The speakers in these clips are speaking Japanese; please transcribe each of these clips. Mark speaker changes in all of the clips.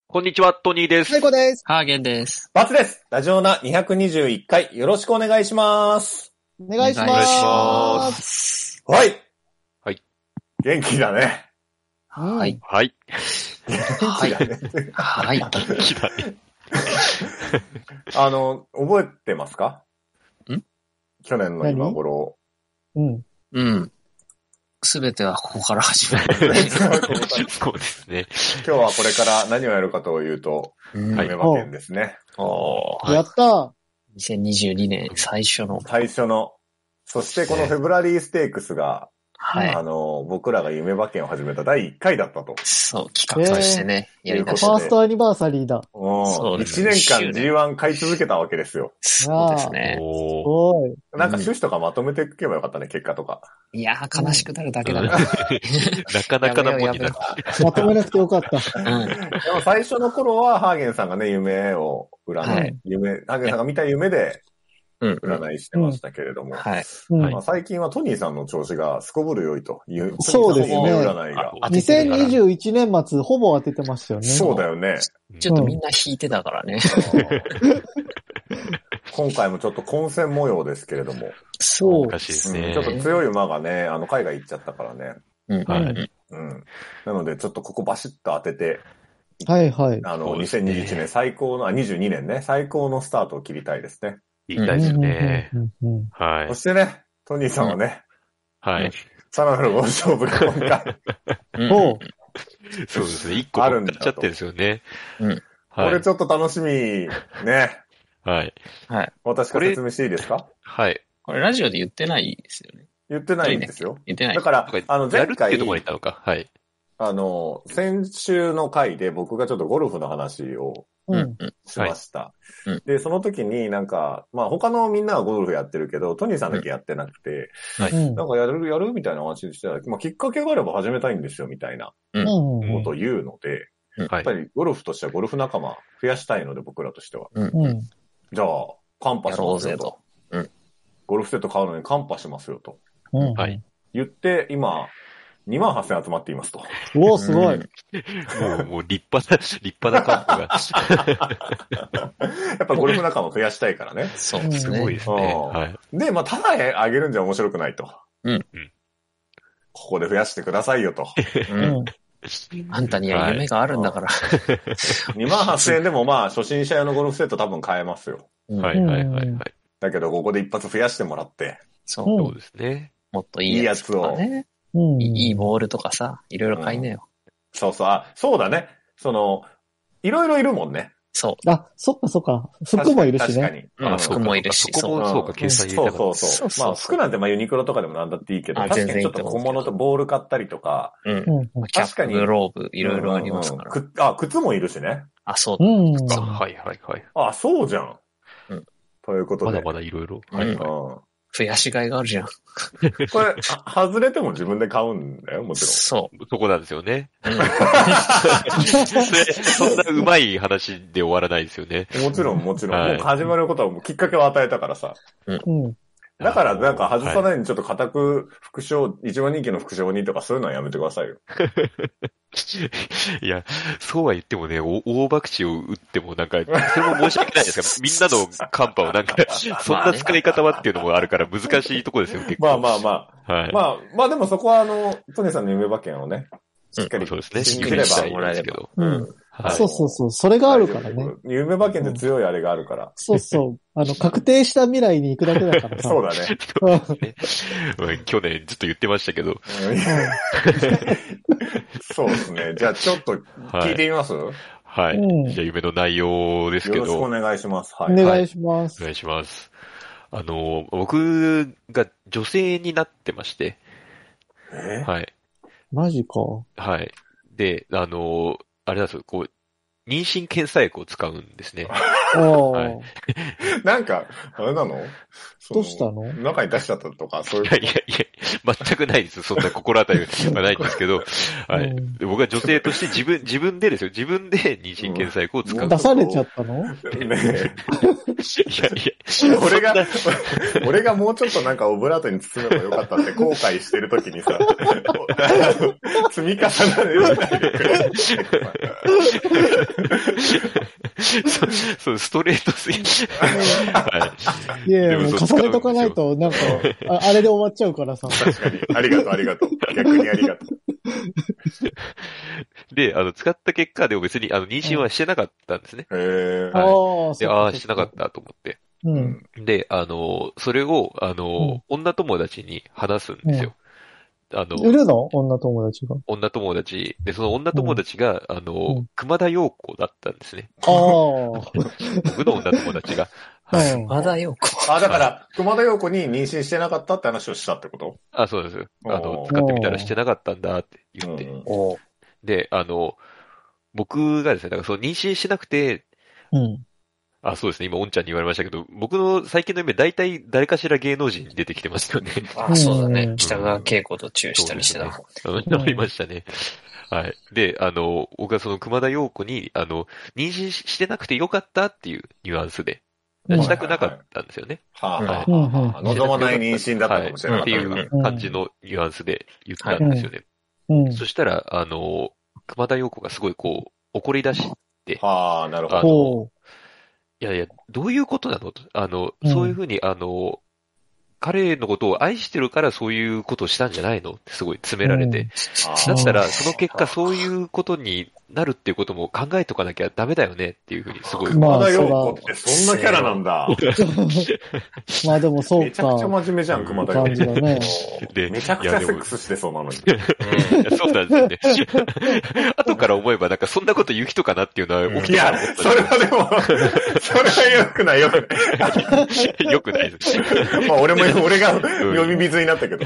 Speaker 1: こんにちは、トニーです。
Speaker 2: はいこです。
Speaker 3: ハーゲンです。
Speaker 4: バツです。ラジオナ221回、よろしくお願いします。
Speaker 2: お願いします。
Speaker 4: はい。
Speaker 1: はい。
Speaker 4: 元気だね。
Speaker 3: はい。
Speaker 1: はい。
Speaker 4: 元気だね。
Speaker 3: はい。
Speaker 1: 元気だね。
Speaker 4: 覚えてますか？去年の今頃。
Speaker 2: うん。
Speaker 3: すべてはここから始まる。
Speaker 1: そうですね。
Speaker 4: 今日はこれから何をやるかというと、夢馬券ですね。
Speaker 2: やったー。
Speaker 3: 2022年最初の。
Speaker 4: そしてこのフェブラリーステークスが、
Speaker 3: はい。
Speaker 4: 僕らが夢馬券を始めた第1回だったと。
Speaker 3: そう、企画としてね、やりました。
Speaker 2: ファーストアニバーサリーだ。
Speaker 3: そうです
Speaker 4: 1年間 G1 買い続けたわけですよ。
Speaker 3: そうですね。
Speaker 2: おーい。
Speaker 4: なんか趣旨とかまとめていけばよかったね、結果とか。
Speaker 3: いやー、悲しくなるだけだな。
Speaker 1: なかなかなもんになる。
Speaker 2: まとめなくてよかった。
Speaker 4: でも最初の頃はハーゲンさんがね、夢を占い、ハーゲンさんが見た夢で占いしてましたけれども、最近はトニーさんの調子がすこぶる良いという、
Speaker 2: そうですね。
Speaker 4: 夢占いが。
Speaker 2: 2021年末ほぼ当ててましたよね。
Speaker 4: そうだよね。
Speaker 3: ちょっとみんな引いてたからね。
Speaker 4: 今回もちょっと混戦模様ですけれども。
Speaker 2: そう。
Speaker 1: 難しいですね。
Speaker 4: ちょっと強い馬がね、海外行っちゃったからね。なので、ちょっとここバシッと当てて、
Speaker 2: はいはい。
Speaker 4: 2021年最高の、22年ね、最高のスタートを切りたいですね。
Speaker 1: 言いたいですね。
Speaker 4: はい。そしてね、トニーさんはね、
Speaker 1: はい。
Speaker 4: さらなるご勝負が今回。
Speaker 1: そうですね。1個あるんだっちゃってるんですよね。
Speaker 4: これちょっと楽しみ、ね。
Speaker 1: はい。
Speaker 4: 私から説明していいですか？
Speaker 3: はい。これラジオで言ってないですよね。
Speaker 4: 言ってないんですよ。
Speaker 3: 言ってない。
Speaker 4: だから、前回、先週の回で僕がちょっとゴルフの話をしました。で、その時になんか、他のみんなはゴルフやってるけど、トニーさんだけやってなくて、なんかやるみたいな話してたら、きっかけがあれば始めたいんですよ、みたいなことを言うので、やっぱりゴルフとしてはゴルフ仲間増やしたいので、僕らとしては。じゃあ、カンパしますよと。ゴルフセット買うのにカンパしますよと。言って、今、28,000集まっていますと。
Speaker 2: おー、すごい。
Speaker 1: もう立派なカンパが。
Speaker 4: やっぱゴルフ仲間増やしたいからね。
Speaker 3: そうですね。
Speaker 1: すごいですね。
Speaker 4: で、ただあげるんじゃ面白くないと。ここで増やしてくださいよと。
Speaker 3: あんたには夢があるんだから。
Speaker 4: 28,000円でも初心者用のゴルフセット多分買えますよ。だけど、ここで一発増やしてもらって。
Speaker 1: そうですね。
Speaker 3: もっといいやつとかね。いいボールとかさ、いろいろ買いなよ。
Speaker 4: そうだね。いろいろいるもんね。
Speaker 3: そう。
Speaker 2: そっか。服もいるしね。
Speaker 3: 確かに。服もいるし。
Speaker 1: そうか、計算入れたから。
Speaker 4: そう。服なんてユニクロとかでもなんだっていいけど、確かにちょっと小物とボール買ったりとか。
Speaker 3: 確かに。グローブ、いろいろありますか
Speaker 4: ら。靴もいるしね。
Speaker 3: そうだ。
Speaker 1: 靴。はい。
Speaker 4: そうじゃん。ということで。
Speaker 1: まだまだいろいろ。
Speaker 3: 増やしがいがあるじゃん。こ
Speaker 4: れ、外れても自分で買うんだよ、もちろん。
Speaker 1: そこなんですよね。そんな上手い話で終わらないですよね。
Speaker 4: もちろん。もう始まることはもうきっかけを与えたからさ。だからなんか外さないようにちょっと固く一番人気の副賞にとかそういうのはやめてくださいよ。
Speaker 1: いや、そうは言ってもね、大博打を打ってもなんか、それも申し訳ないですか。みんなのカンパをなんか、そんな使い方はっていうのもあるから難しいとこですよ、結構。
Speaker 4: でもそこはトニーさんの夢馬券をね、しっかり
Speaker 1: そうですね。
Speaker 4: 信じれば
Speaker 3: もらえれば。
Speaker 2: そう。それがあるからね。
Speaker 4: 夢馬券って強いあれがあるから。
Speaker 2: そう。確定した未来に行くだけだからさ。
Speaker 4: そうだね。
Speaker 1: 去年ずっと言ってましたけど。
Speaker 4: そうですね。じゃあちょっと聞いてみます？
Speaker 1: はい。じゃあ夢の内容ですけど。
Speaker 4: よろしくお願いします。
Speaker 2: お願いします。
Speaker 1: お願いします。僕が女性になってまして。はい。
Speaker 2: マジか。
Speaker 1: はい。で、あれなんですよ、妊娠検査薬を使うんですね。
Speaker 4: なんか、あれなの？
Speaker 2: どうしたの？
Speaker 4: 中に出しちゃったとか、そういう。
Speaker 1: いや、全くないです。そんな心当たりはないんですけど、はい。僕は女性として自分でですよ。自分で妊娠検査薬を使う。
Speaker 2: 出されちゃったの？
Speaker 4: ね俺がもうちょっとなんかオブラートに包めばよかったって後悔してるときにさ、積み重なるようになる。
Speaker 1: そう、ストレートすぎ。はい。
Speaker 2: いやいや、もう重ねとかないと、なんか、あれで終わっちゃうからさ。
Speaker 4: 確かに。ありがとう、ありがとう。逆にありがとう。
Speaker 1: で、使った結果、でも別に、妊娠はしてなかったんですね。
Speaker 4: へー。
Speaker 1: はい。で、
Speaker 2: ああ、
Speaker 1: してなかったと思って。
Speaker 2: うん。
Speaker 1: で、それを、女友達に話すんですよ。
Speaker 2: いるの女友達が。
Speaker 1: 女友達。で、その女友達が、熊田陽子だったんですね。
Speaker 2: ああ。
Speaker 1: 僕の女友達が。
Speaker 2: はい。
Speaker 3: 熊田陽子。
Speaker 4: だから、熊田陽子に妊娠してなかったって話をしたってこと？
Speaker 1: そうです。使ってみたらしてなかったんだって言って。で、僕がですね、だからその妊娠しなくて、そうですね。今、おんちゃんに言われましたけど、僕の最近の夢、大体誰かしら芸能人出てきてますよね。
Speaker 3: そうだね。北川景子とチューしたりしてたもん
Speaker 1: ね。ありましたね。はい。で、僕はその熊田陽子に、妊娠してなくてよかったっていうニュアンスで、したくなかったんですよね。
Speaker 4: はい。望まない妊娠だったかもしれない。
Speaker 1: っていう感じのニュアンスで言ったんですよね。そしたら、熊田陽子がすごいこう、怒り出して、
Speaker 4: なるほど。
Speaker 1: いやいや、どういうことなのと。そういうふうに、彼のことを愛してるからそういうことをしたんじゃないのってすごい詰められて。だったら、その結果そういうことになるっていうことも考えとかなきゃダメだよねっていうふうにすごい。
Speaker 4: 熊田陽子ってそんなキャラなんだ。
Speaker 2: まあでもそうか。
Speaker 4: めちゃくちゃ真面目じゃん、熊田陽子。
Speaker 2: 感じだね。
Speaker 4: めちゃくちゃセックスしてそうなのに。
Speaker 1: そうなんですよね。後から思えばなんかそんなこと言う人かなっていうのは起きた。
Speaker 4: いや、それはでも、それは良くない、良くな
Speaker 1: い。良くないです。
Speaker 4: まあ俺が呼び水になったけど。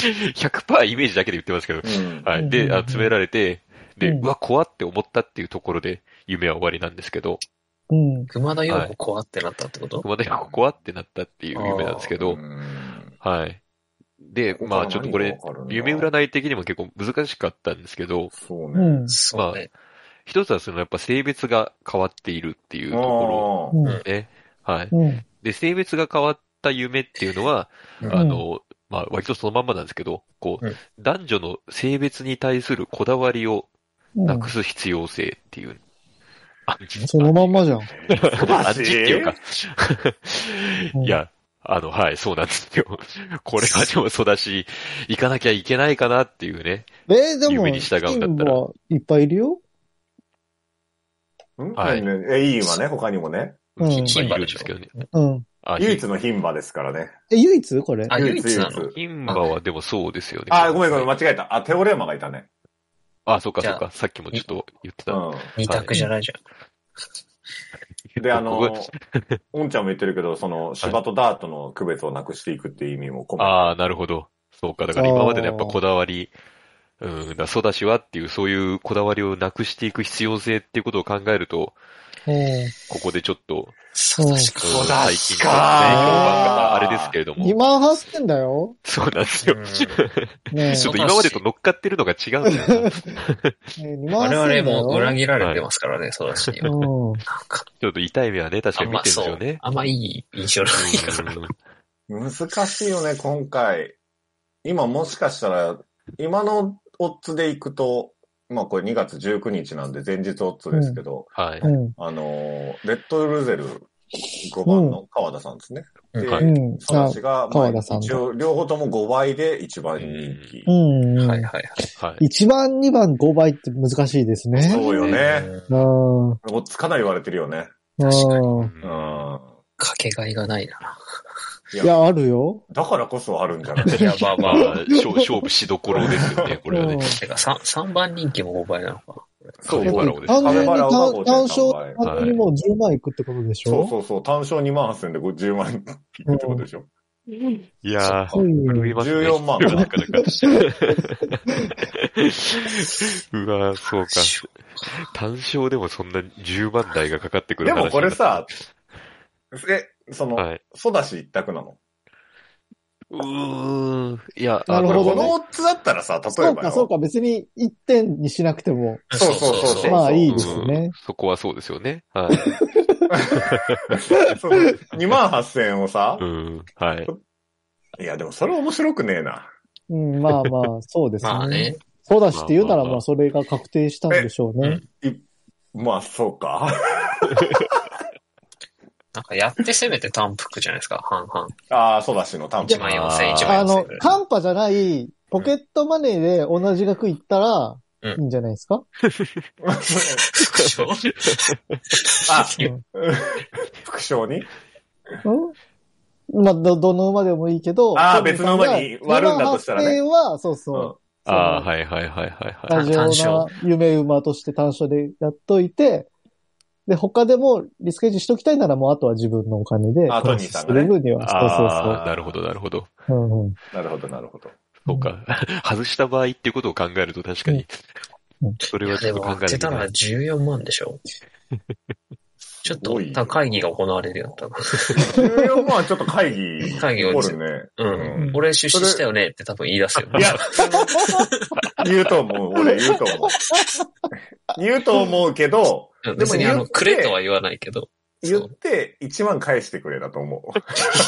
Speaker 1: 100% イメージだけで言ってますけど。はい。で、詰められて、で、うわ、怖って思ったっていうところで、夢は終わりなんですけど。
Speaker 3: 熊田陽子怖ってなったってこと？
Speaker 1: 熊田陽子怖ってなったっていう夢なんですけど。はい。で、まあちょっとこれ、夢占い的にも結構難しかったんですけど。
Speaker 4: そうね。
Speaker 1: まあ、一つはそのやっぱ性別が変わっているっていうところね。はい。で、性別が変わった夢っていうのは、まあ割とそのまんまなんですけど、こう、男女の性別に対するこだわりをなくす必要性っていう。
Speaker 2: そのまんまじゃん。
Speaker 1: 暗示っていうか。いや、はい、そうなんですよ。これはでもそうだし、行かなきゃいけないかなっていうね。
Speaker 2: でも、
Speaker 1: 夢に従うんだったら。
Speaker 2: いっぱいいるよ。
Speaker 4: はい。いいわね、他にもね。
Speaker 1: 牝馬ですけどね。
Speaker 4: 唯一の牝馬ですからね。
Speaker 2: 唯一これ？
Speaker 3: 唯一なの？
Speaker 1: 牝馬はでもそうですよね。
Speaker 4: ごめん、間違えた。テオレーマがいたね。
Speaker 1: そっか。さっきもちょっと言ってた。
Speaker 3: 二択じゃないじゃ
Speaker 4: ん。で、おんちゃんも言ってるけど、その、芝とダートの区別をなくしていくっていう意味も込めて。
Speaker 1: なるほど。そうか。だから今までのやっぱこだわり、育ちはっていう、そういうこだわりをなくしていく必要性っていうことを考えると、ここでちょっと、
Speaker 3: そうだしか。
Speaker 1: 最近の評判があれですけれども。
Speaker 2: 28,000だよ。
Speaker 1: そうなんですよ。ちょっと今までと乗っかってるのが違うんだよ。
Speaker 3: 我々も裏切られてますからね、そうだし。
Speaker 1: ちょっと痛い目はね、確かに見てるんですよね。
Speaker 3: あんまいい印象ないから。
Speaker 4: 難しいよね、今回。今もしかしたら、今のオッズでいくと、まあこれ2月19日なんで前日オッズですけど、
Speaker 1: はい。
Speaker 4: レッドルゼル5番の川田さんですね。で、ソダシが、一応両方とも5倍で一番人気。
Speaker 3: はい。
Speaker 2: 1番、2番、5倍って難しいですね。
Speaker 4: そうよね。オッズかなり言われてるよね。
Speaker 3: 確かに。かけがいがないな。
Speaker 2: いや、あるよ。
Speaker 4: だからこそあるんじゃない？
Speaker 1: いや、まあ、勝負しどころですよね、これはね。
Speaker 3: てか、3番人気も5倍なのか。
Speaker 1: そう、5倍です。
Speaker 2: 単純に単勝にもう10万いくってことでしょ？
Speaker 4: そう。単勝2万8000で10万いくってことでしょ？
Speaker 1: いやー、
Speaker 4: 震えますね。14万。
Speaker 1: なかなか。うわー、そうか。単勝でもそんな10万台がかかってくる話。
Speaker 4: でもこれさ、ソダシ一択なの？
Speaker 1: いや、
Speaker 2: なるほど、
Speaker 4: このオッズだったらさ、例えば
Speaker 2: そうか、別に1点にしなくても。
Speaker 4: そう。
Speaker 2: まあいいですね。
Speaker 1: そこはそうですよね。はい。
Speaker 4: 2万8000円をさ、
Speaker 1: はい。
Speaker 4: いや、でもそれ面白くねえな。
Speaker 2: まあ、そうですね。
Speaker 3: まあね。
Speaker 2: そうだしって言うなら、まあそれが確定したんでしょうね。
Speaker 4: まあ、そうか。
Speaker 3: なんかやってせめて単服じゃないですか、半々。
Speaker 4: ああ、ソダシの単
Speaker 3: 1万4000、1万4000ぐらい。
Speaker 2: カンパじゃない、ポケットマネーで同じ額いったら、いいんじゃないですか？
Speaker 3: 副賞
Speaker 4: 副賞に
Speaker 2: まあ、どの馬でもいいけど。
Speaker 4: ああ、別の馬に割るんだとしたらね。
Speaker 2: は、そうそう。
Speaker 1: ああ、はいはいはいはい。
Speaker 2: ラジオな夢馬として単勝でやっといて、で、他でもリスクヘッジしときたいならもうあとは自分のお金で。
Speaker 4: トニーさんがね。
Speaker 2: する分には。そう。
Speaker 1: なるほどなるほど。
Speaker 4: なるほどなるほど。
Speaker 1: そうか。外した場合っていうことを考えると確かに。それはちょっと考えない。
Speaker 3: 当てたら14万でしょ。ちょっと会議が行われるよ、多分。
Speaker 4: 14万はちょっと会議起こるね。
Speaker 3: 俺出資したよねって多分言い出すよ。
Speaker 4: いや、言うと思う。俺言うと思う。言うと思うけど、
Speaker 3: でもくれとは言わないけど。
Speaker 4: 言って1万返してくれだと思う。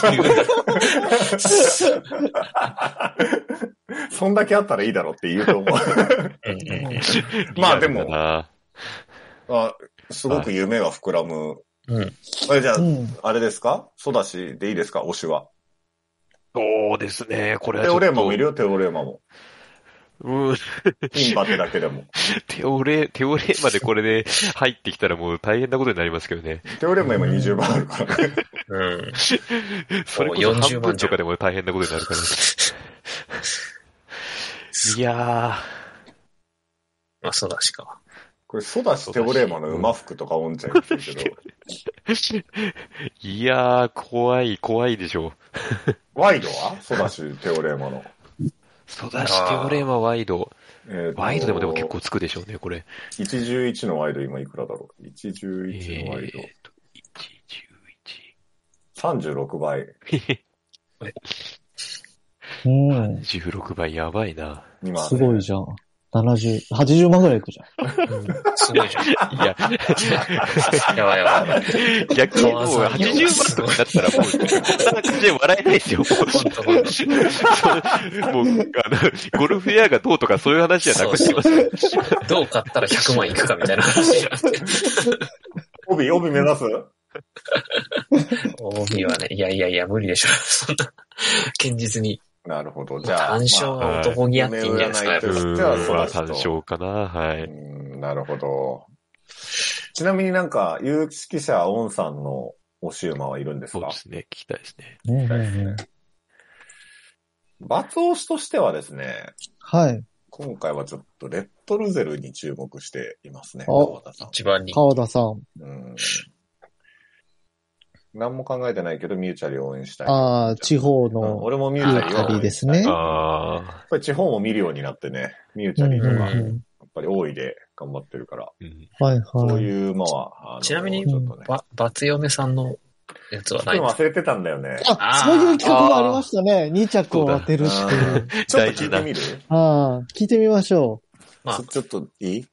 Speaker 4: そんだけあったらいいだろって言うと思う。まあでも、すごく夢が膨らむ。じゃあ、あれですか？ソダシでいいですか？推しは。
Speaker 1: そうですね。これは
Speaker 4: テオレーマもいるよ、テオレーマも。
Speaker 1: イ
Speaker 4: ンバってだけでも。
Speaker 1: テオレーマでこれで入ってきたらもう大変なことになりますけどね。
Speaker 4: テオレーマ今20万あるからね。
Speaker 1: それこそ半分とかでも大変なことになるから。いやー。
Speaker 3: まあ、ソダシか。
Speaker 4: これ、ソダシテオレーマの馬服とかオンちゃん言ってるけど。
Speaker 1: いやー、怖いでしょ。
Speaker 4: ワイドはソダシテオレーマの。
Speaker 1: ソダシテオレーマワイド。ワイドでも結構つくでしょうね、これ。
Speaker 4: 111のワイド今いくらだろう。111のワイド。36倍。
Speaker 1: 16倍やばいな。
Speaker 2: すごいじゃん。80万ぐらいいくじゃん。
Speaker 3: すごいじゃん。
Speaker 1: いや。
Speaker 3: やばい。
Speaker 1: 逆にもう80万とかだったらもう、こんな感じで笑えないですよ。もう、ゴルフエアがどうとかそういう話じゃなくてます。
Speaker 3: どう買ったら100万いくかみたいな話じゃなくて。
Speaker 4: 帯目指す？
Speaker 3: 帯はね、いや、無理でしょ。そんな、堅実に。
Speaker 4: なるほど。じゃあ。
Speaker 3: 単勝は男気あっていいんじゃないですか。
Speaker 1: 単勝かな。はい。
Speaker 4: なるほど。ちなみになんか、有識者オンさんの推し馬はいるんですか？
Speaker 1: そうですね。聞きたいですね。
Speaker 4: 罰推しとしてはですね。
Speaker 2: はい。
Speaker 4: 今回はちょっとレッドルゼルに注目していますね。
Speaker 3: 川田さん。一番人気。
Speaker 2: 川田さん。
Speaker 4: 何も考えてないけど、ミューチャリを応援したい。
Speaker 2: ああ、地方の。
Speaker 4: 俺もミューチャリ
Speaker 2: ですね。
Speaker 4: やっぱり地方も見るようになってね、ミューチャリとか、やっぱり多いで頑張ってるから。そういう馬は。
Speaker 3: ちなみに、バツ嫁さんのやつはない。
Speaker 4: 忘れてたんだよね。
Speaker 2: そういう企画もありましたね。2着を当てるっていう。
Speaker 4: ちょっと聞いてみる？
Speaker 2: 聞いてみましょ
Speaker 4: う。ちょっといい？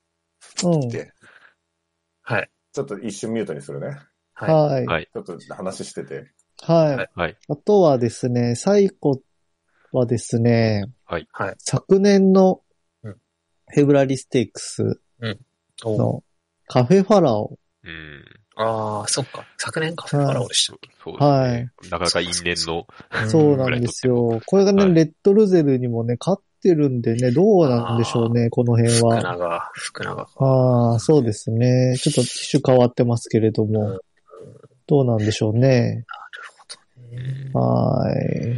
Speaker 3: はい。
Speaker 4: ちょっと一瞬ミュートにするね。
Speaker 2: はい。
Speaker 4: ちょっと話してて。
Speaker 2: はい。あとはですね、最後はですね、昨年のフェブラリーステークスのカフェファラオ。
Speaker 3: ああ、そっか。昨年カフェファラオでした。
Speaker 1: そうですね。なかなか因縁の。
Speaker 2: そうなんですよ。これがね、レッドルゼルにもね、勝ってるんでね、どうなんでしょうね、この辺は。
Speaker 3: 福永。
Speaker 2: そうですね。ちょっと機種変わってますけれども。どうなんでしょうね。
Speaker 3: なるほど
Speaker 2: ね。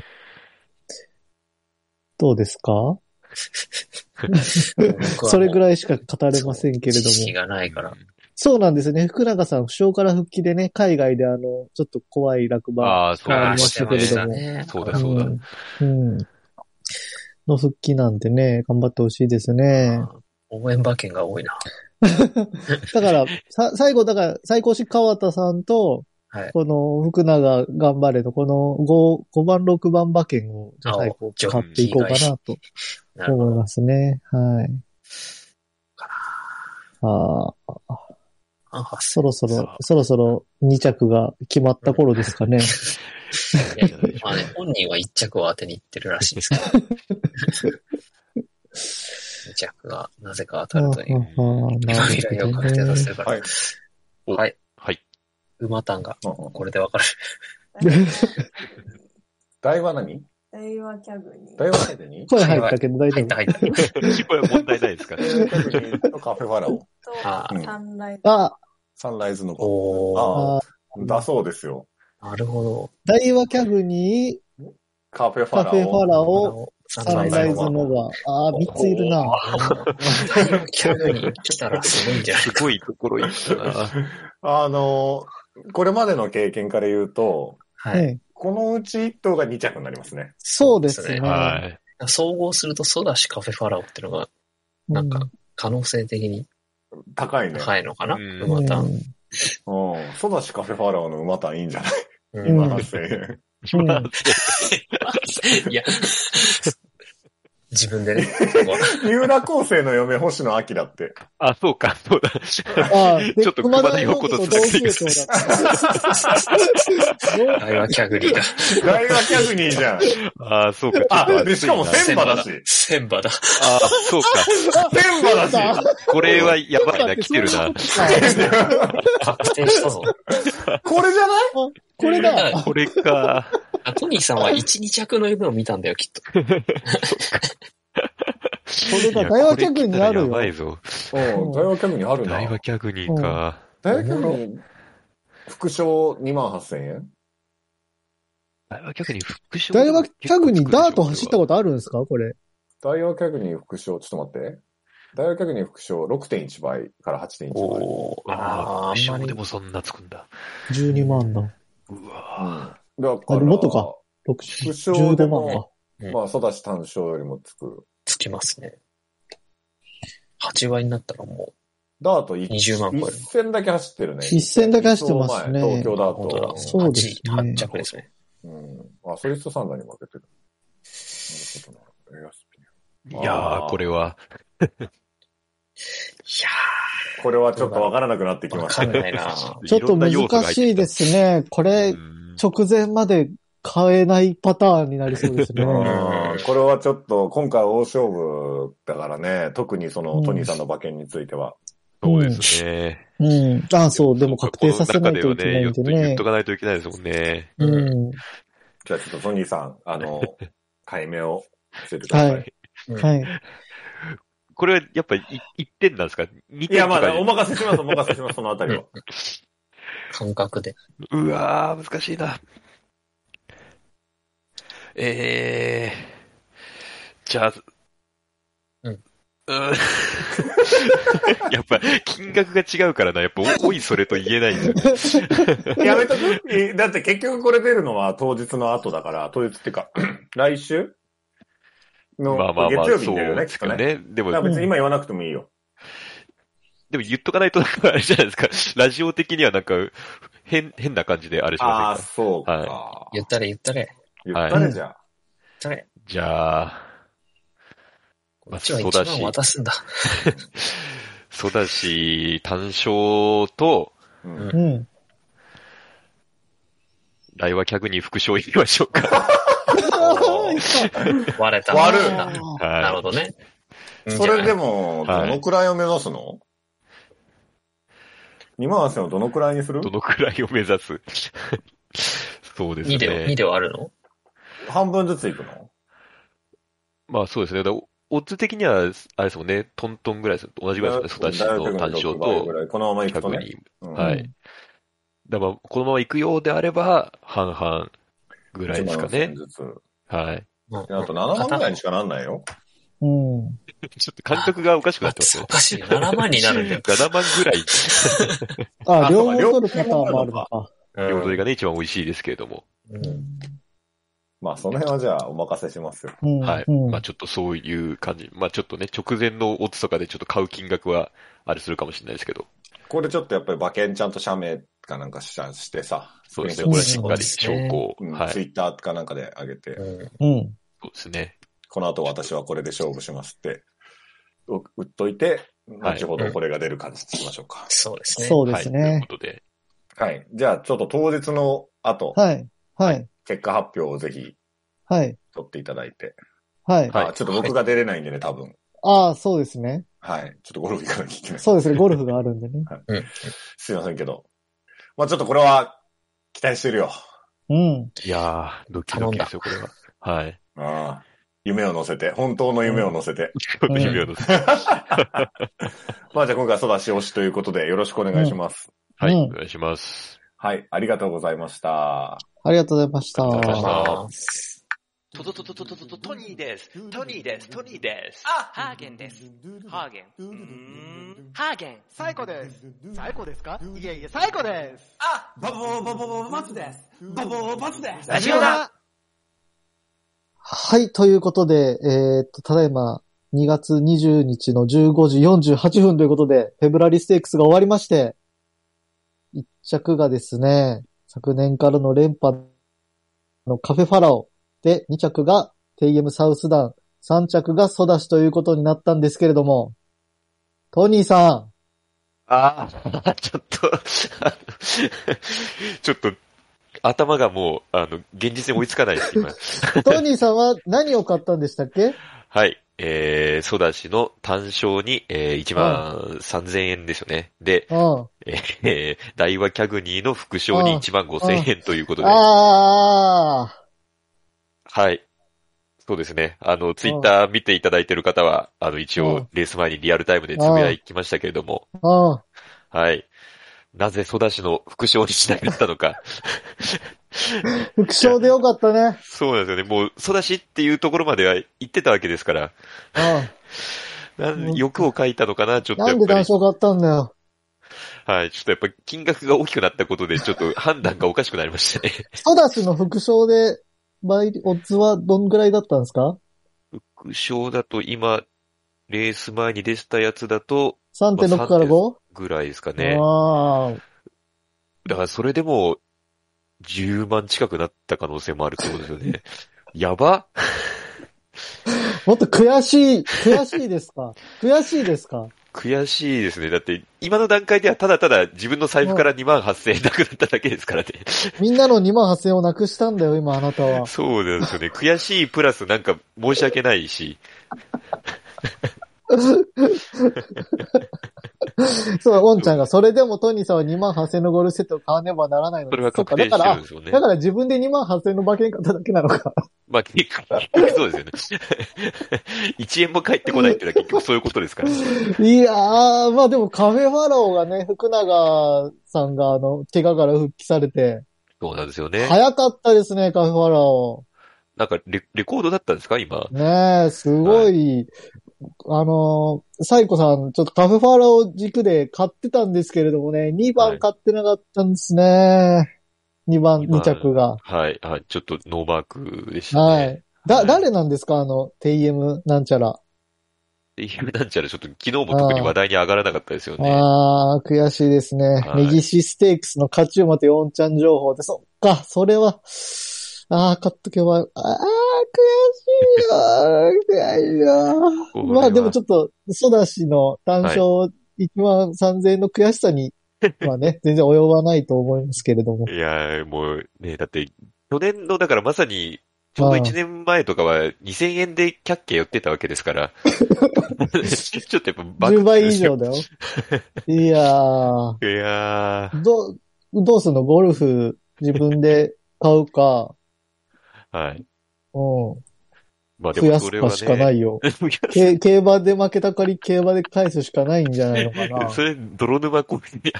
Speaker 2: どうですか？それぐらいしか語れませんけれども。
Speaker 3: 知識がないから。
Speaker 2: そうなんですね。福永さん、負傷から復帰でね、海外でちょっと怖い落馬がありましたけれども。
Speaker 1: そうだ。
Speaker 2: の復帰なんでね、頑張ってほしいですね。
Speaker 3: 応援馬券が多いな。
Speaker 2: だから、最高し川田さんと、この福永頑張れのこの5番、6番馬券を最後買っていこうかなと思いますね。はい。そろそろ2着が決まった頃ですかね。
Speaker 3: まあね、本人は1着を当てに行ってるらしいですけど。 2着がなぜか当たるという。
Speaker 2: 未
Speaker 3: 来を確定させるから。はい。
Speaker 1: はい。
Speaker 3: 馬単が、これでわかる。
Speaker 4: 台は何？
Speaker 5: 大和キャグニー。
Speaker 4: 大和キャグニー？
Speaker 2: 声入ったけど大丈夫。
Speaker 3: 入った。
Speaker 1: これは問題ないですかね。
Speaker 4: 大和キャグニーとカフェファラオ。
Speaker 5: サンライズ。
Speaker 4: サンライズの子。だそうですよ。
Speaker 3: なるほど。
Speaker 2: 大和キャグニー、
Speaker 4: カフェファラオ、
Speaker 2: サンライズノバ。3ついるな。
Speaker 3: 大和キャグニー来たらすごいんじゃないか。
Speaker 1: すごいところいった
Speaker 4: な。これまでの経験から言うと、
Speaker 3: はい。
Speaker 4: このうち1頭が2着になりますね。
Speaker 2: そうですね。
Speaker 1: はい。
Speaker 3: 総合するとソダシカフェファラオっていうのが、なんか、可能性的に
Speaker 4: 高いね。
Speaker 3: 高いのかな、馬単。
Speaker 4: ソダシカフェファラオの馬単いいんじゃない？今8000円。
Speaker 3: いや、自分でね。
Speaker 4: 三浦昴生の嫁、星野明って。
Speaker 1: そうか、そうだ。ちょっと熊田陽子とつながってます。
Speaker 3: 大和キャグニーだ。
Speaker 4: 大和キャグニーじゃん。
Speaker 1: そうか。
Speaker 4: で、しかも千葉だし。
Speaker 3: 千葉だ。
Speaker 1: そうか。
Speaker 4: 千葉だし。
Speaker 1: これはやばいな、来てるな。
Speaker 3: 確定したぞ。
Speaker 4: これじゃない？
Speaker 2: これだ。
Speaker 1: これか。
Speaker 3: トニーさんは1、2着の夢を見たんだよ、きっと。こ
Speaker 2: れだ、大和キャグニーあるよ。
Speaker 1: やばいぞ。
Speaker 4: 大和キャグニーあるな。
Speaker 1: 大和キャグニーか。
Speaker 4: 大和キャグニー、副賞28,000円？
Speaker 1: 大和キャグニー副賞？
Speaker 2: 大和キャグニーダート走ったことあるんですかこれ。
Speaker 4: 大和キャグニー副賞、ちょっと待って。大和キャグニー副賞 6.1 倍から 8.1 倍。
Speaker 1: 副賞でもそんなつくんだ。
Speaker 2: 12万だ。
Speaker 1: うわ
Speaker 4: だから。
Speaker 2: もっとか。
Speaker 4: 副賞でも、ソダシ単勝よりもつく。
Speaker 3: つきますね。8倍になったらもう。
Speaker 4: ダート
Speaker 3: 20万超える。
Speaker 4: 一戦だけ走ってるね。
Speaker 2: 一戦だけ走ってますね。
Speaker 4: 東京ダート。
Speaker 2: そうですね。
Speaker 3: 8着ですね。
Speaker 4: ソリストサンダーに負けてる。なる
Speaker 1: ほどな。いやー、これは。
Speaker 3: いや
Speaker 4: ー。これはちょっとわからなくなってきましたね。
Speaker 2: ちょっと難しいですね。これ、直前まで買えないパターンになりそうですね。
Speaker 4: これはちょっと、今回大勝負だからね、特にそのトニーさんの馬券については。
Speaker 1: そうですね。
Speaker 2: そう、でも確定させないといけないんでね。
Speaker 1: 言っとかないといけないですもんね。
Speaker 4: じゃあちょっとトニーさん、解明を教えてください。
Speaker 2: はい。
Speaker 1: これはやっぱり1点なんですか？ 2 点とか。
Speaker 4: いや、まあ、お任せします、そのあたりは。
Speaker 3: 感覚で。
Speaker 1: うわー、難しいな。じゃあ、やっぱ、金額が違うからな。やっぱ、おいそれと言えないんですよね。
Speaker 4: やめとく？だって結局これ出るのは当日の後だから、当日っていうか、来週の月曜日に出るよね、きっとね。でも、別に今言わなくてもいいよ。
Speaker 1: でも言っとかないと、あれじゃないですか。ラジオ的にはなんか、変な感じであれしませんか？
Speaker 4: そうか。
Speaker 3: はい、言ったれ。
Speaker 4: 言ったれじゃあ。
Speaker 1: じゃあ、
Speaker 3: こっちは1万渡すんだ。
Speaker 1: ソダシ単勝と、来和キャグニー副賞いきましょうか。
Speaker 3: 割れた。
Speaker 4: 割る。
Speaker 3: なるほどね。
Speaker 4: それでも、どのくらいを目指すの？2万8000をどのくらいにする？
Speaker 1: どのくらいを目指すそうですね。
Speaker 3: 2で割るの？
Speaker 4: 半分ずついくの？
Speaker 1: まあそうですね。オッズ的には、あれですもんね、トントンぐらいです。同じぐらいですよね、ソダシの単勝と、
Speaker 4: このまま行くとね。
Speaker 1: はい。だからこのまま行くようであれば、半々ぐらいですかね。はい。
Speaker 4: あと7万ぐらいにしかなんないよ。
Speaker 1: ちょっと感覚がおかしくなってますよ。
Speaker 3: おかしい。7万になるんだよ。
Speaker 1: 7万ぐらい。
Speaker 2: 両方取るパターンもあるのか。
Speaker 1: 両方取りがね、一番美味しいですけれども。
Speaker 4: まあ、その辺はじゃあ、お任せしますよ。
Speaker 1: はい。まあ、ちょっとそういう感じ。まあ、ちょっとね、直前のオッズとかでちょっと買う金額は、あれするかもしれないですけど。
Speaker 4: これちょっとやっぱり馬券ちゃんと社名かなんかしてさ。
Speaker 1: そうですね。これはしっかり証拠を。
Speaker 4: ツイッターかなんかで上げて。
Speaker 1: そうですね。
Speaker 4: この後私はこれで勝負しますって、売っといて、後ほどこれが出る感じにしましょうか。
Speaker 3: そうですね。
Speaker 2: そうですね。という
Speaker 1: ことで。
Speaker 4: はい。じゃあ、ちょっと当日の後。
Speaker 2: はい。はい。
Speaker 4: 結果発表をぜひ。
Speaker 2: はい。
Speaker 4: 取っていただいて。
Speaker 2: はい。
Speaker 4: ちょっと僕が出れないんでね、多分。
Speaker 2: ああ、そうですね。
Speaker 4: はい。ちょっとゴルフ行かなきゃいけない。
Speaker 2: そうですね、ゴルフがあるんでね。
Speaker 4: はい、すいませんけど。まあちょっとこれは、期待してるよ。
Speaker 2: うん。
Speaker 1: いやー、ドキドキですよ、これは。はい。
Speaker 4: ああ。夢を乗せて、本当の夢を乗せて。
Speaker 1: 本当の夢を乗せて。
Speaker 4: まあじゃあ今回はソダシ推しということでよろしくお願いします。
Speaker 1: はい、お願いします。
Speaker 4: はい、ありがとうございました。
Speaker 2: ありがとうございました。
Speaker 1: ありがとうございま
Speaker 3: した。
Speaker 6: トニーです。トニーです。トニーです。
Speaker 7: あ、ハーゲンです。ハーゲン。ハーゲン。
Speaker 8: 最高です。最高ですか？いえいえ、最高です。
Speaker 7: あ、バツです。バツです。
Speaker 6: ラジオだ。
Speaker 2: はい、ということで、ただいま2月20日の15時48分ということで、フェブラリステークスが終わりまして、1着がですね、昨年からの連覇のカフェファラオで、2着がテイエムサウスダン、3着がソダシということになったんですけれども、トニーさん。
Speaker 1: ああ、ちょっと、頭がもう、現実に追いつかないです、今。
Speaker 2: トニーさんは何を買ったんでしたっけ？
Speaker 1: はい。ソダシの単勝に、13,000円ですよね。で、大和キャグニーの副賞に15,000円ということで。はい。そうですね。ツイッター見ていただいている方は、一応、レース前にリアルタイムでつぶやきましたけれども。はい。なぜソダシの副賞にしなかったのか。
Speaker 2: 副賞でよかったね。
Speaker 1: そうなんですよね。もう、ソダシっていうところまでは行ってたわけですから。欲を書いたのかな、ちょっとやっぱり。
Speaker 2: なんで単勝買ったんだよ。
Speaker 1: はい。ちょっとやっぱ金額が大きくなったことで、ちょっと判断がおかしくなりましたね。
Speaker 2: ソダシの副賞で、オッズはどんぐらいだったんですか？
Speaker 1: 副賞だと今、レース前に出したやつだと、
Speaker 2: 3.6 から 5？
Speaker 1: ぐらいですかね。だからそれでも、10万近くなった可能性もあるってことですよね。やば
Speaker 2: もっと悔しいですか？悔しいですか？
Speaker 1: 悔しいですね。だって、今の段階ではただただ自分の財布から28,000円なくなっただけですからね。
Speaker 2: みんなの28,000円をなくしたんだよ、今あなたは。
Speaker 1: そうですよね。悔しいプラスなんか申し訳ないし。
Speaker 2: そう、オンちゃんが、それでもトニーさんは28,000円のゴールセットを買わねばならないので。
Speaker 1: それは確定してるんですよね。
Speaker 2: だから自分で28,000円の馬券買っただけなのか。
Speaker 1: まあ、結局そうですよね。1円も返ってこないっていうのは結局そういうことですから、ね。
Speaker 2: いやー、まあでもカフェファローがね、福永さんが怪我から復帰されて。
Speaker 1: そうなんですよね。
Speaker 2: 早かったですね、カフェファロー。
Speaker 1: なんかレコードだったんですか今。
Speaker 2: ねえ、すごい、サイコさん、ちょっとカフェファラオ軸で買ってたんですけれどもね、2番買ってなかったんですね。2着が。
Speaker 1: はい。ちょっとノーマークでしたね。
Speaker 2: はい。誰なんですかテイエムなんちゃら。
Speaker 1: テイエムなんちゃら、ちょっと昨日も特に話題に上がらなかったですよね。
Speaker 2: 悔しいですね。メギシステークスの勝ち馬と4ちゃん情報で、そっか、それは、買っとけば、悔しいよ。まあでもちょっと、ソダシの単勝13,000円の悔しさに、まあね、全然及ばないと思いますけれども。
Speaker 1: いやもうね、だって、去年の、だからまさに、ちょうど1年前とかは2,000円でキャッケー寄ってたわけですから。ちょっとやっぱバ
Speaker 2: 10倍以上だよ。いやー。どうすんの？ゴルフ自分で買うか。
Speaker 1: はい。
Speaker 2: まあでもそれはね。増やすかしかないよ。競馬で負けた借り競馬で返すしかないんじゃないのかな。
Speaker 1: それ、泥沼コミに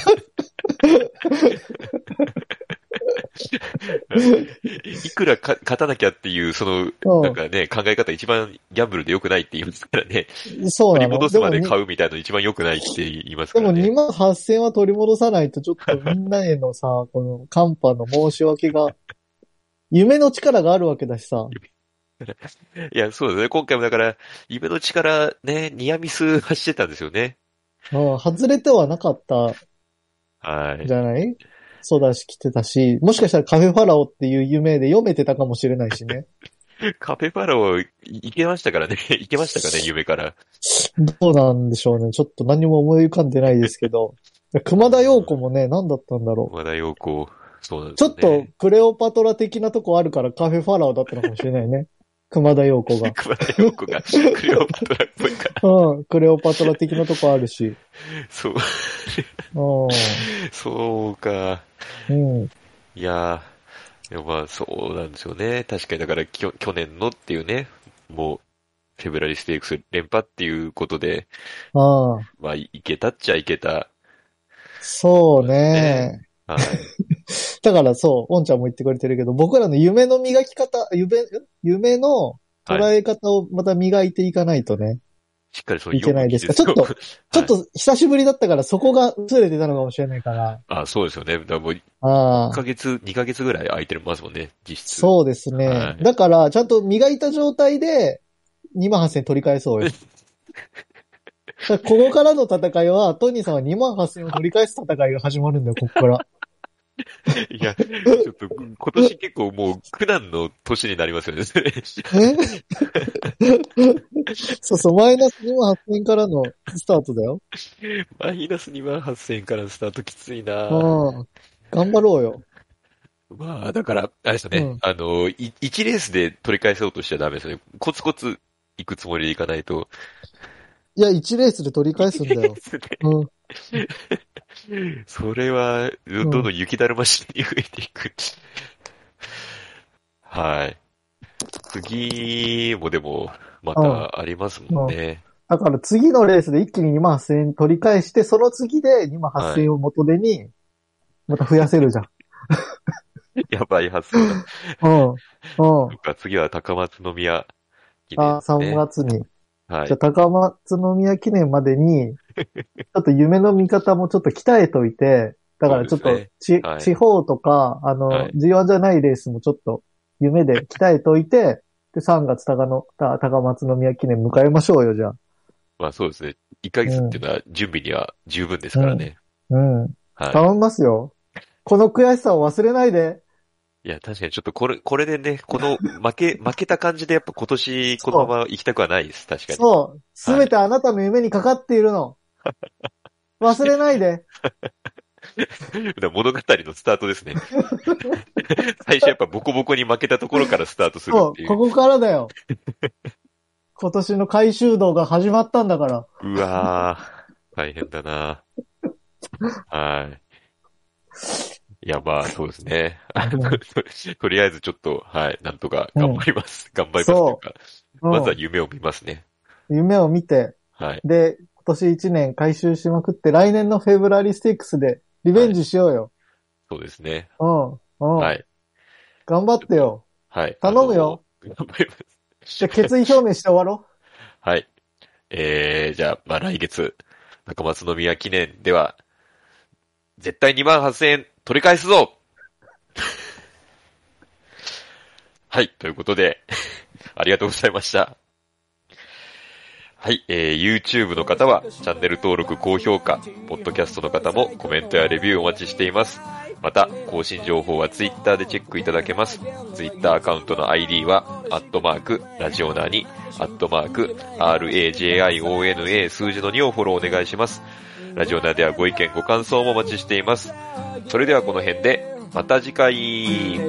Speaker 1: いくら勝たなきゃっていう、なんかね、考え方一番ギャンブルで良くないって言いますからね。
Speaker 2: そうなの。
Speaker 1: 取り戻すまで買うみたいなの一番良くないって言いますからね。
Speaker 2: でも28,000円は取り戻さないとちょっとみんなへのさ、このカンパの申し訳が、夢の力があるわけだしさ。
Speaker 1: いや、そうですね。今回もだから、夢の力ね、ニアミスはしてたんですよね。
Speaker 2: 外れてはなかった。
Speaker 1: はい。
Speaker 2: じゃないソダシ来てたし、もしかしたらカフェファラオっていう夢で読めてたかもしれないしね。
Speaker 1: カフェファラオ、いけましたからね。いけましたかね、夢から。
Speaker 2: どうなんでしょうね。ちょっと何も思い浮かんでないですけど。熊田陽子もね、何だったんだろう。
Speaker 1: 熊田陽子、そうなんです
Speaker 2: ね。ちょっとクレオパトラ的なとこあるからカフェファラオだったのかもしれないね。 熊田曜子が。
Speaker 1: 熊田曜子がクレオパトラっぽいから。
Speaker 2: うん、クレオパトラ的なとこあるし。
Speaker 1: そう。
Speaker 2: うん。
Speaker 1: そうか。
Speaker 2: うん。
Speaker 1: いやまあそうなんですよね。確かにだから去年のっていうね、もう、フェブラリステークス連覇っていうことで、まあいけたっちゃいけた。
Speaker 2: そうね。
Speaker 1: はい。
Speaker 2: だからそう、おんちゃんも言ってくれてるけど、僕らの夢の磨き方、夢の捉え方をまた磨いていかないとね。
Speaker 1: しっかりそう
Speaker 2: いけないですか。ちょっと久しぶりだったからそこが薄れてたのかもしれないから。
Speaker 1: そうですよね。だからもう2ヶ月ぐらい空いてますもんね、実質。
Speaker 2: そうですね。はい、だから、ちゃんと磨いた状態で、28,000取り返そうよ。ここからの戦いは、トニーさんは28,000を取り返す戦いが始まるんだよ、ここから。
Speaker 1: いや、ちょっと、今年結構もう苦難の年になりますよね。
Speaker 2: そうそう、マイナス28,000からのスタートだよ。
Speaker 1: マイナス28,000からのスタートきついな
Speaker 2: 頑張ろうよ。
Speaker 1: まあ、だから、あれですよね。1レースで取り返そうとしちゃダメですよね。コツコツ行くつもりで行かないと。
Speaker 2: いや、1レースで取り返すんだよ。
Speaker 1: それは、どんどん雪だるま式に増えていく。はい。次もでも、またありますもんね。
Speaker 2: だから次のレースで一気に28,000円取り返して、その次で28,000円を元手に、また増やせるじゃん。
Speaker 1: やばい発想だ。次は高松宮記念、ね。
Speaker 2: 3月に。
Speaker 1: はい。
Speaker 2: じゃあ高松宮記念までに、ちょっと夢の見方もちょっと鍛えといて、だからちょっと、地方とか、G1 じゃないレースもちょっと夢で鍛えといて、で、3月高松宮記念迎えましょうよ、じゃあ。
Speaker 1: まあそうですね。1ヶ月っていうのは準備には十分ですからね。
Speaker 2: はい。頼みますよ。この悔しさを忘れないで。
Speaker 1: いや、確かにちょっとこれでね、この負けた感じでやっぱ今年このまま行きたくはないです、確かに。
Speaker 2: そう。すべてあなたの夢にかかっているの。忘れないで。
Speaker 1: 物語のスタートですね。最初やっぱボコボコに負けたところからスタートするっていう。
Speaker 2: そう、ここからだよ。今年の回収道が始まったんだから。
Speaker 1: うわー、大変だな。はい。いや、まあ、そうですね。とりあえずちょっと、はい、なんとか頑張ります。頑張りますというか。まずは夢を見ますね。
Speaker 2: 夢を見て。
Speaker 1: はい。
Speaker 2: で、今年1年回収しまくって、来年のフェブラリーステークスでリベンジしようよ。
Speaker 1: そうですね。
Speaker 2: はい。頑張ってよ。
Speaker 1: はい。
Speaker 2: 頼むよ。
Speaker 1: 頑張ります。
Speaker 2: じゃあ決意表明して終わろ
Speaker 1: う。はい。じゃあ、まあ来月、高松宮記念では、絶対28,000円取り返すぞはい、ということで、ありがとうございました。はい、YouTube の方はチャンネル登録、高評価、ポッドキャストの方もコメントやレビューお待ちしています。また、更新情報は Twitter でチェックいただけます。Twitter アカウントの ID は、ラジオナーに、RAJIONA 数字の2をフォローお願いします。ラジオナーではご意見ご感想もお待ちしています。それではこの辺で、また次回。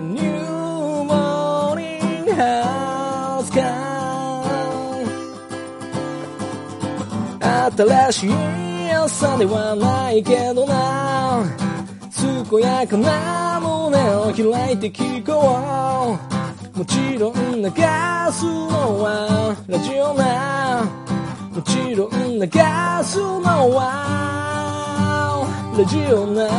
Speaker 9: 新しい朝ではないけどな、健やかな胸を開いて聞こう。もちろん流すのはラジオな、もちろん流すのはラジオな、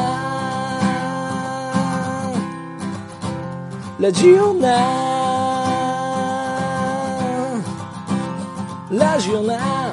Speaker 9: ラジオな、ラジオな。